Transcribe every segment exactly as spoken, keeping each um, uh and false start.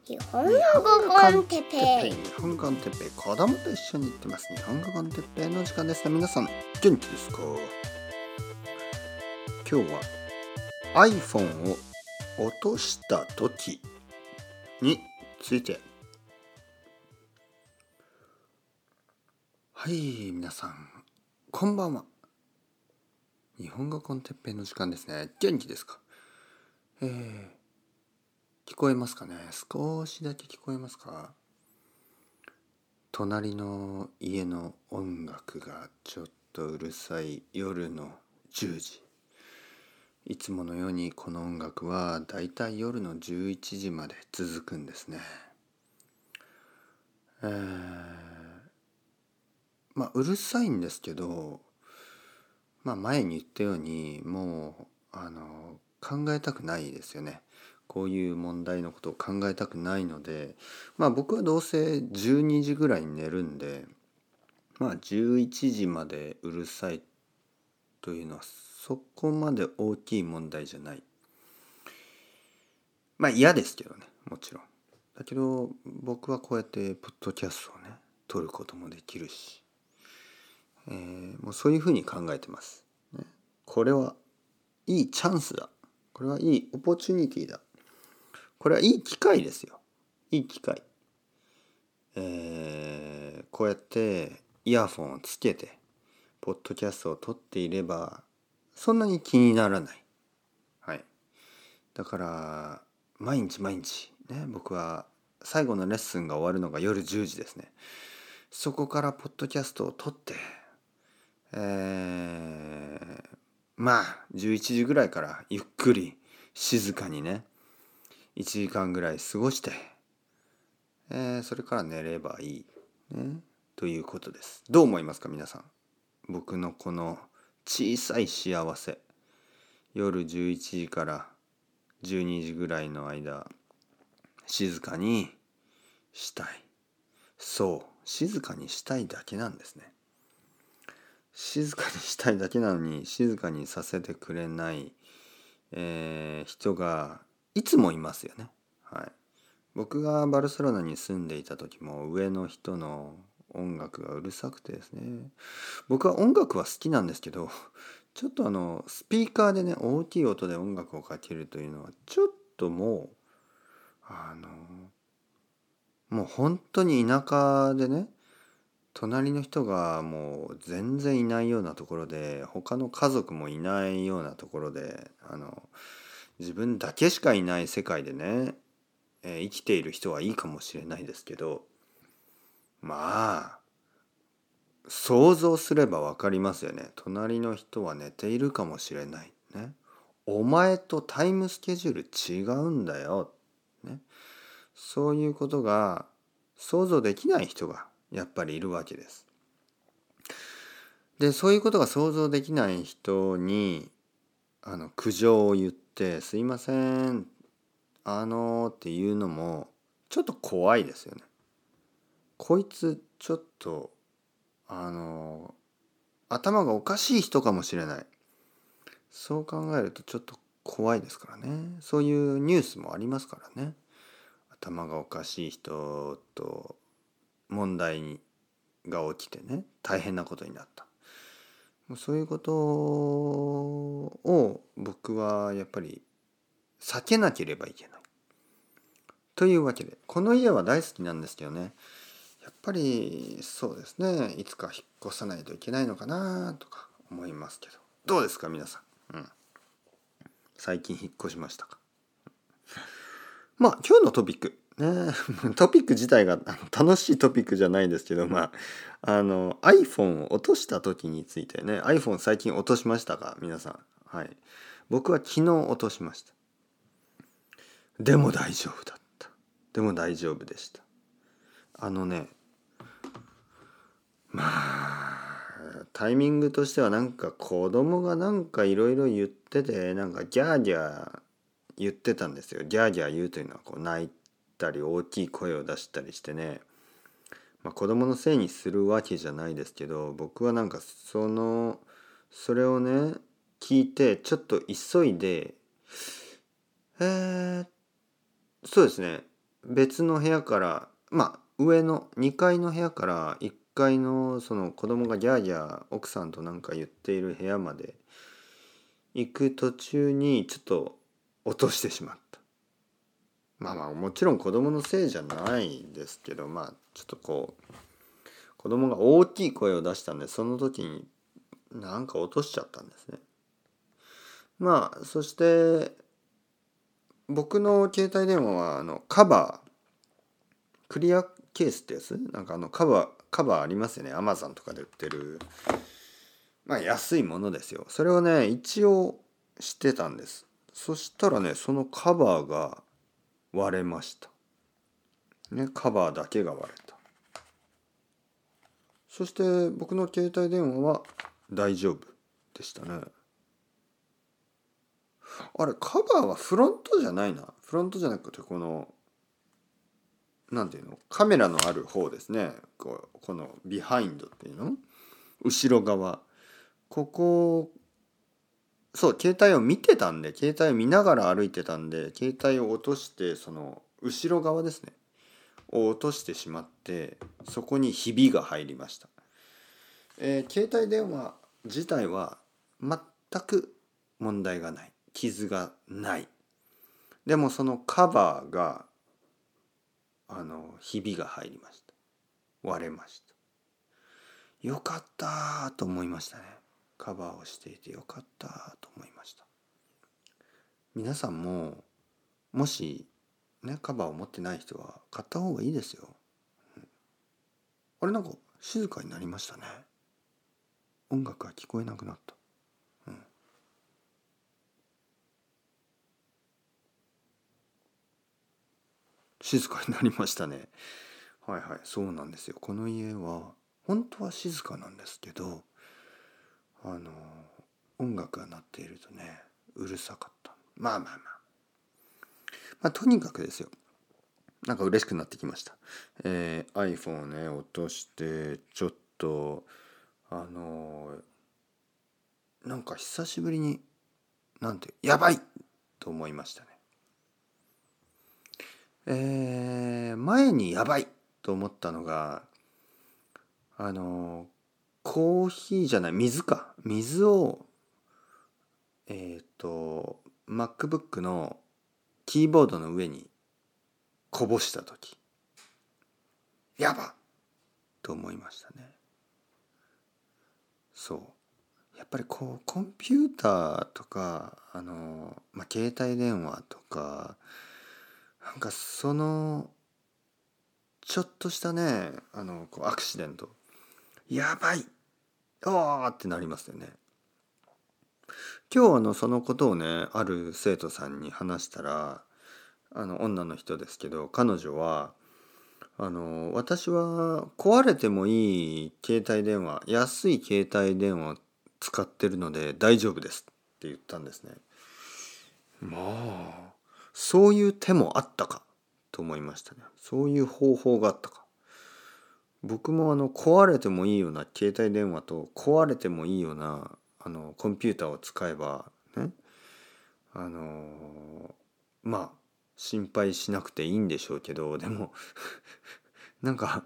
日本語コンテッペイ。 日本語コンテッペイ、子供と一緒に行ってます。日本語コンテッペイの時間ですね。皆さん元気ですか？今日は iPhone を落とした時について。はい、皆さんこんばんは。日本語コンテッペイの時間ですね。元気ですか？えー聞こえますかね？少しだけ聞こえますか？隣の家の音楽がちょっとうるさい夜のじゅうじ。いつものようにこの音楽はだいたい夜のじゅういちじまで続くんですね。えー、まあうるさいんですけど、まあ前に言ったようにもうあの考えたくないですよね。こういう問題のことを考えたくないので、まあ僕はどうせじゅうにじぐらいに寝るんで、まあじゅういちじまでうるさいというのはそこまで大きい問題じゃない。まあ嫌ですけどね、もちろん。だけど僕はこうやってポッドキャストをね撮ることもできるし、えー、もうそういうふうに考えてます、ね。これはいいチャンスだ。これはいいオポチュニティだ。これはいい機会ですよ。いい機会。えー、こうやってイヤフォンをつけてポッドキャストを撮っていればそんなに気にならない。はい。だから毎日毎日ね、僕は最後のレッスンが終わるのが夜じゅうじですね。そこからポッドキャストを撮って、えー、まあじゅういちじぐらいからゆっくり静かにねいちじかんぐらい過ごして、えー、それから寝ればいい、ね、ということです。どう思いますか皆さん？僕のこの小さい幸せ、夜じゅういちじからじゅうにじぐらいの間静かにしたい。そう、静かにしたいだけなんですね。静かにしたいだけなのに静かにさせてくれない、えー、人がいつもいますよね。はい。僕がバルセロナに住んでいた時も上の人の音楽がうるさくてですね。僕は音楽は好きなんですけど、ちょっとあのスピーカーでね大きい音で音楽をかけるというのはちょっともうあのもう本当に田舎でね、隣の人がもう全然いないようなところで、他の家族もいないようなところで、あの自分だけしかいない世界でね、えー生きている人はいいかもしれないですけど、まあ想像すればわかりますよね。隣の人は寝ているかもしれないね。お前とタイムスケジュール違うんだよ、ね。そういうことが想像できない人がやっぱりいるわけです。で、そういうことが想像できない人にあの苦情を言ってすいません、あのーっていうのもちょっと怖いですよね。こいつちょっとあのー頭がおかしい人かもしれない。そう考えるとちょっと怖いですからね。そういうニュースもありますからね。頭がおかしい人と問題が起きてね、大変なことになった。そういうことを僕はやっぱり避けなければいけない。というわけで、この家は大好きなんですけどね、やっぱりそうですね、いつか引っ越さないといけないのかなとか思いますけど、どうですか皆さん？うん。最近引っ越しましたか？まあ今日のトピックね、トピック自体が楽しいトピックじゃないんですけど、まああの iPhone を落とした時についてね、 iPhone 最近落としましたか皆さん？はい。僕は昨日落としました。でも大丈夫だった。でも大丈夫でした。あのね、まあタイミングとしてはなんか子供がなんかいろいろ言ってて、なんかギャーギャー言ってたんですよ。ギャーギャー言うというのはこう泣いたり大きい声を出したりしてね、まあ、子供のせいにするわけじゃないですけど、僕はなんかそのそれをね聞いてちょっと急いで、えー、そうですね、 別の部屋からまあ上のにかいの部屋からいっかいのその子供がギャーギャー奥さんとなんか言っている部屋まで行く途中にちょっと落としてしまった。まあまあもちろん子供のせいじゃないんですけど、まあちょっとこう子供が大きい声を出したんで、その時になんか落としちゃったんですね。まあそして僕の携帯電話はあのカバークリアケースってやつ、なんかあのカバーカバーありますよね。アマゾンとかで売ってるまあ安いものですよ。それをね一応してたんです。そしたらねそのカバーが割れました。ね、カバーだけが割れた。そして僕の携帯電話は大丈夫でしたね。あれカバーはフロントじゃないな。フロントじゃなくてこのなんていうの、カメラのある方ですね。こうこのビハインドっていうの、後ろ側、ここ、そう携帯を見てたんで、携帯を見ながら歩いてたんで、携帯を落としてその後ろ側ですねを落としてしまって、そこにひびが入りました。えー、携帯電話自体は全く問題がない、傷がない。でもそのカバーがあのひびが入りました。割れました。よかったと思いましたね。カバーをしていてよかったと思いました。皆さんももしねカバーを持ってない人は買った方がいいですよ。うん、あれなんか静かになりましたね。音楽が聞こえなくなった。うん、静かになりましたね。はいはい、そうなんですよ。この家は本当は静かなんですけど、あの音楽が鳴っているとねうるさかった。まあまあまあ、まあ、とにかくですよ。なんか嬉しくなってきました。えー、iPhone をね落としてちょっとあのーなんか久しぶりになんてやばいと思いましたね。えー、前にやばいと思ったのがあのーコーヒーじゃない水か水をえっと MacBook のキーボードの上にこぼした時やばっと思いましたね。そうやっぱりこうコンピューターとかあの、まあ、携帯電話とかなんかそのちょっとしたねあのこうアクシデントやばいあーってなりますよね。今日あのそのことをねある生徒さんに話したらあの女の人ですけど彼女はあの私は壊れてもいい携帯電話安い携帯電話を使ってるので大丈夫ですって言ったんですね。まあそういう手もあったかと思いましたね。そういう方法があったか。僕もあの壊れてもいいような携帯電話と壊れてもいいようなあのコンピューターを使えばねあのまあ心配しなくていいんでしょうけど、でもなんか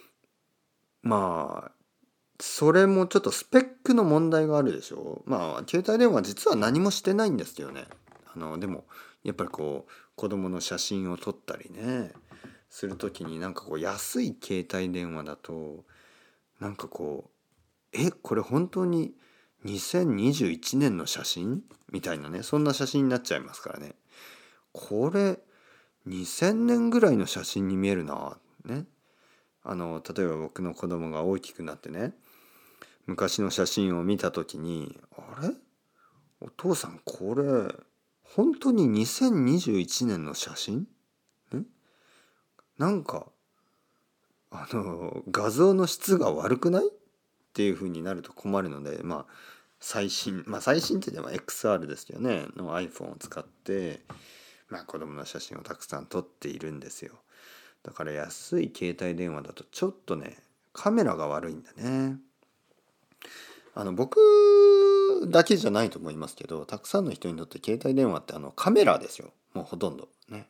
まあそれもちょっとスペックの問題があるでしょう。まあ携帯電話実は何もしてないんですよね。あのでもやっぱりこう子供の写真を撮ったりねする時になんかこう安い携帯電話だとなんかこうえこれ本当ににせんにじゅういちねんの写真みたいなねそんな写真になっちゃいますからね。これにせんねんぐらいの写真に見えるなね。あの例えば僕の子供が大きくなってね昔の写真を見た時にあれお父さんこれ本当ににせんにじゅういちねんの写真んなんかあの画像の質が悪くないっていう風になると困るので、まあ最新まあ最新って言っても エックスアール ですよねの iPhone を使ってまあ子供の写真をたくさん撮っているんですよ。だから安い携帯電話だとちょっとねカメラが悪いんだね。あの僕だけじゃないと思いますけどたくさんの人にとって携帯電話ってあのカメラですよ。もうほとんどね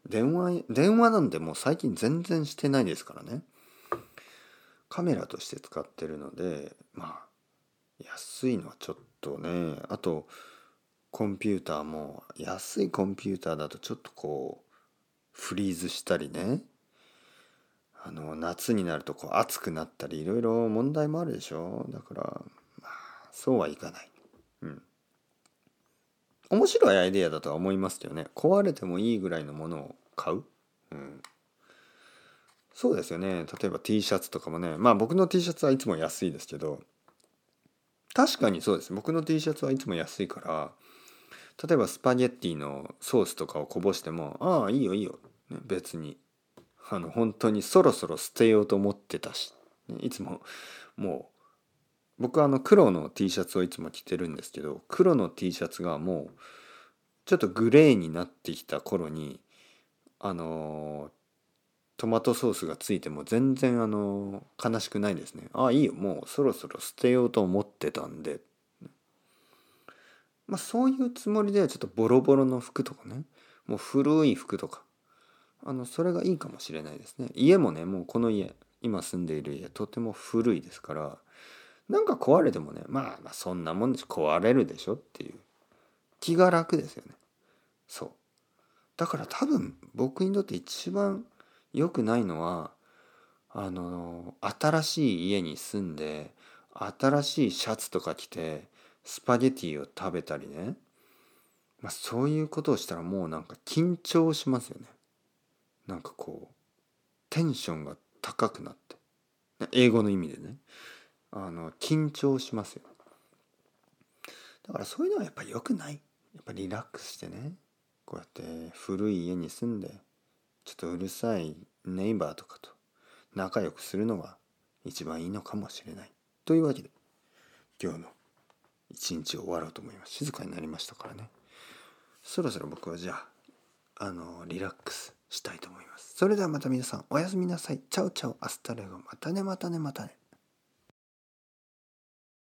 電話電話なんてもう最近全然してないですからね。カメラとして使ってるので、まあ安いのはちょっとね。あとコンピューターも安いコンピューターだとちょっとこうフリーズしたりね、あの夏になるとこう暑くなったりいろいろ問題もあるでしょ。だからまあそうはいかない。うん。面白いアイデアだとは思いますよね。壊れてもいいぐらいのものを買う。うん。そうですよね。例えば T シャツとかもね。まあ僕の T シャツはいつも安いですけど、確かにそうです。僕の T シャツはいつも安いから、例えばスパゲッティのソースとかをこぼしても、ああ、いいよいいよ。ね、別に。あの、本当にそろそろ捨てようと思ってたし。ね、いつも、もう、僕はあの黒の T シャツをいつも着てるんですけど、黒の T シャツがもう、ちょっとグレーになってきた頃に、あのートマトソースがついても全然あのー悲しくないですね。ああ、いいよ。もうそろそろ捨てようと思ってたんで。まあそういうつもりでちょっとボロボロの服とかね、もう古い服とか、あのそれがいいかもしれないですね。家もね、もうこの家、今住んでいる家とても古いですから、なんか壊れてもね、まあまあそんなもんで壊れるでしょっていう気が楽ですよね。そう。だから多分僕にとって一番良くないのは、あの新しい家に住んで新しいシャツとか着てスパゲティを食べたりね、まあ、そういうことをしたらもうなんか緊張しますよね。なんかこうテンションが高くなって、英語の意味でね、あの緊張しますよ。だからそういうのはやっぱり良くない。やっぱりリラックスしてね、こうやって古い家に住んでちょっとうるさいネイバーとかと仲良くするのが一番いいのかもしれない。というわけで今日の一日を終わろうと思います。静かになりましたからね。そろそろ僕はじゃああのリラックスしたいと思います。それではまた皆さんおやすみなさい。チャウチャウアスタレゴ。またねまたねまたね。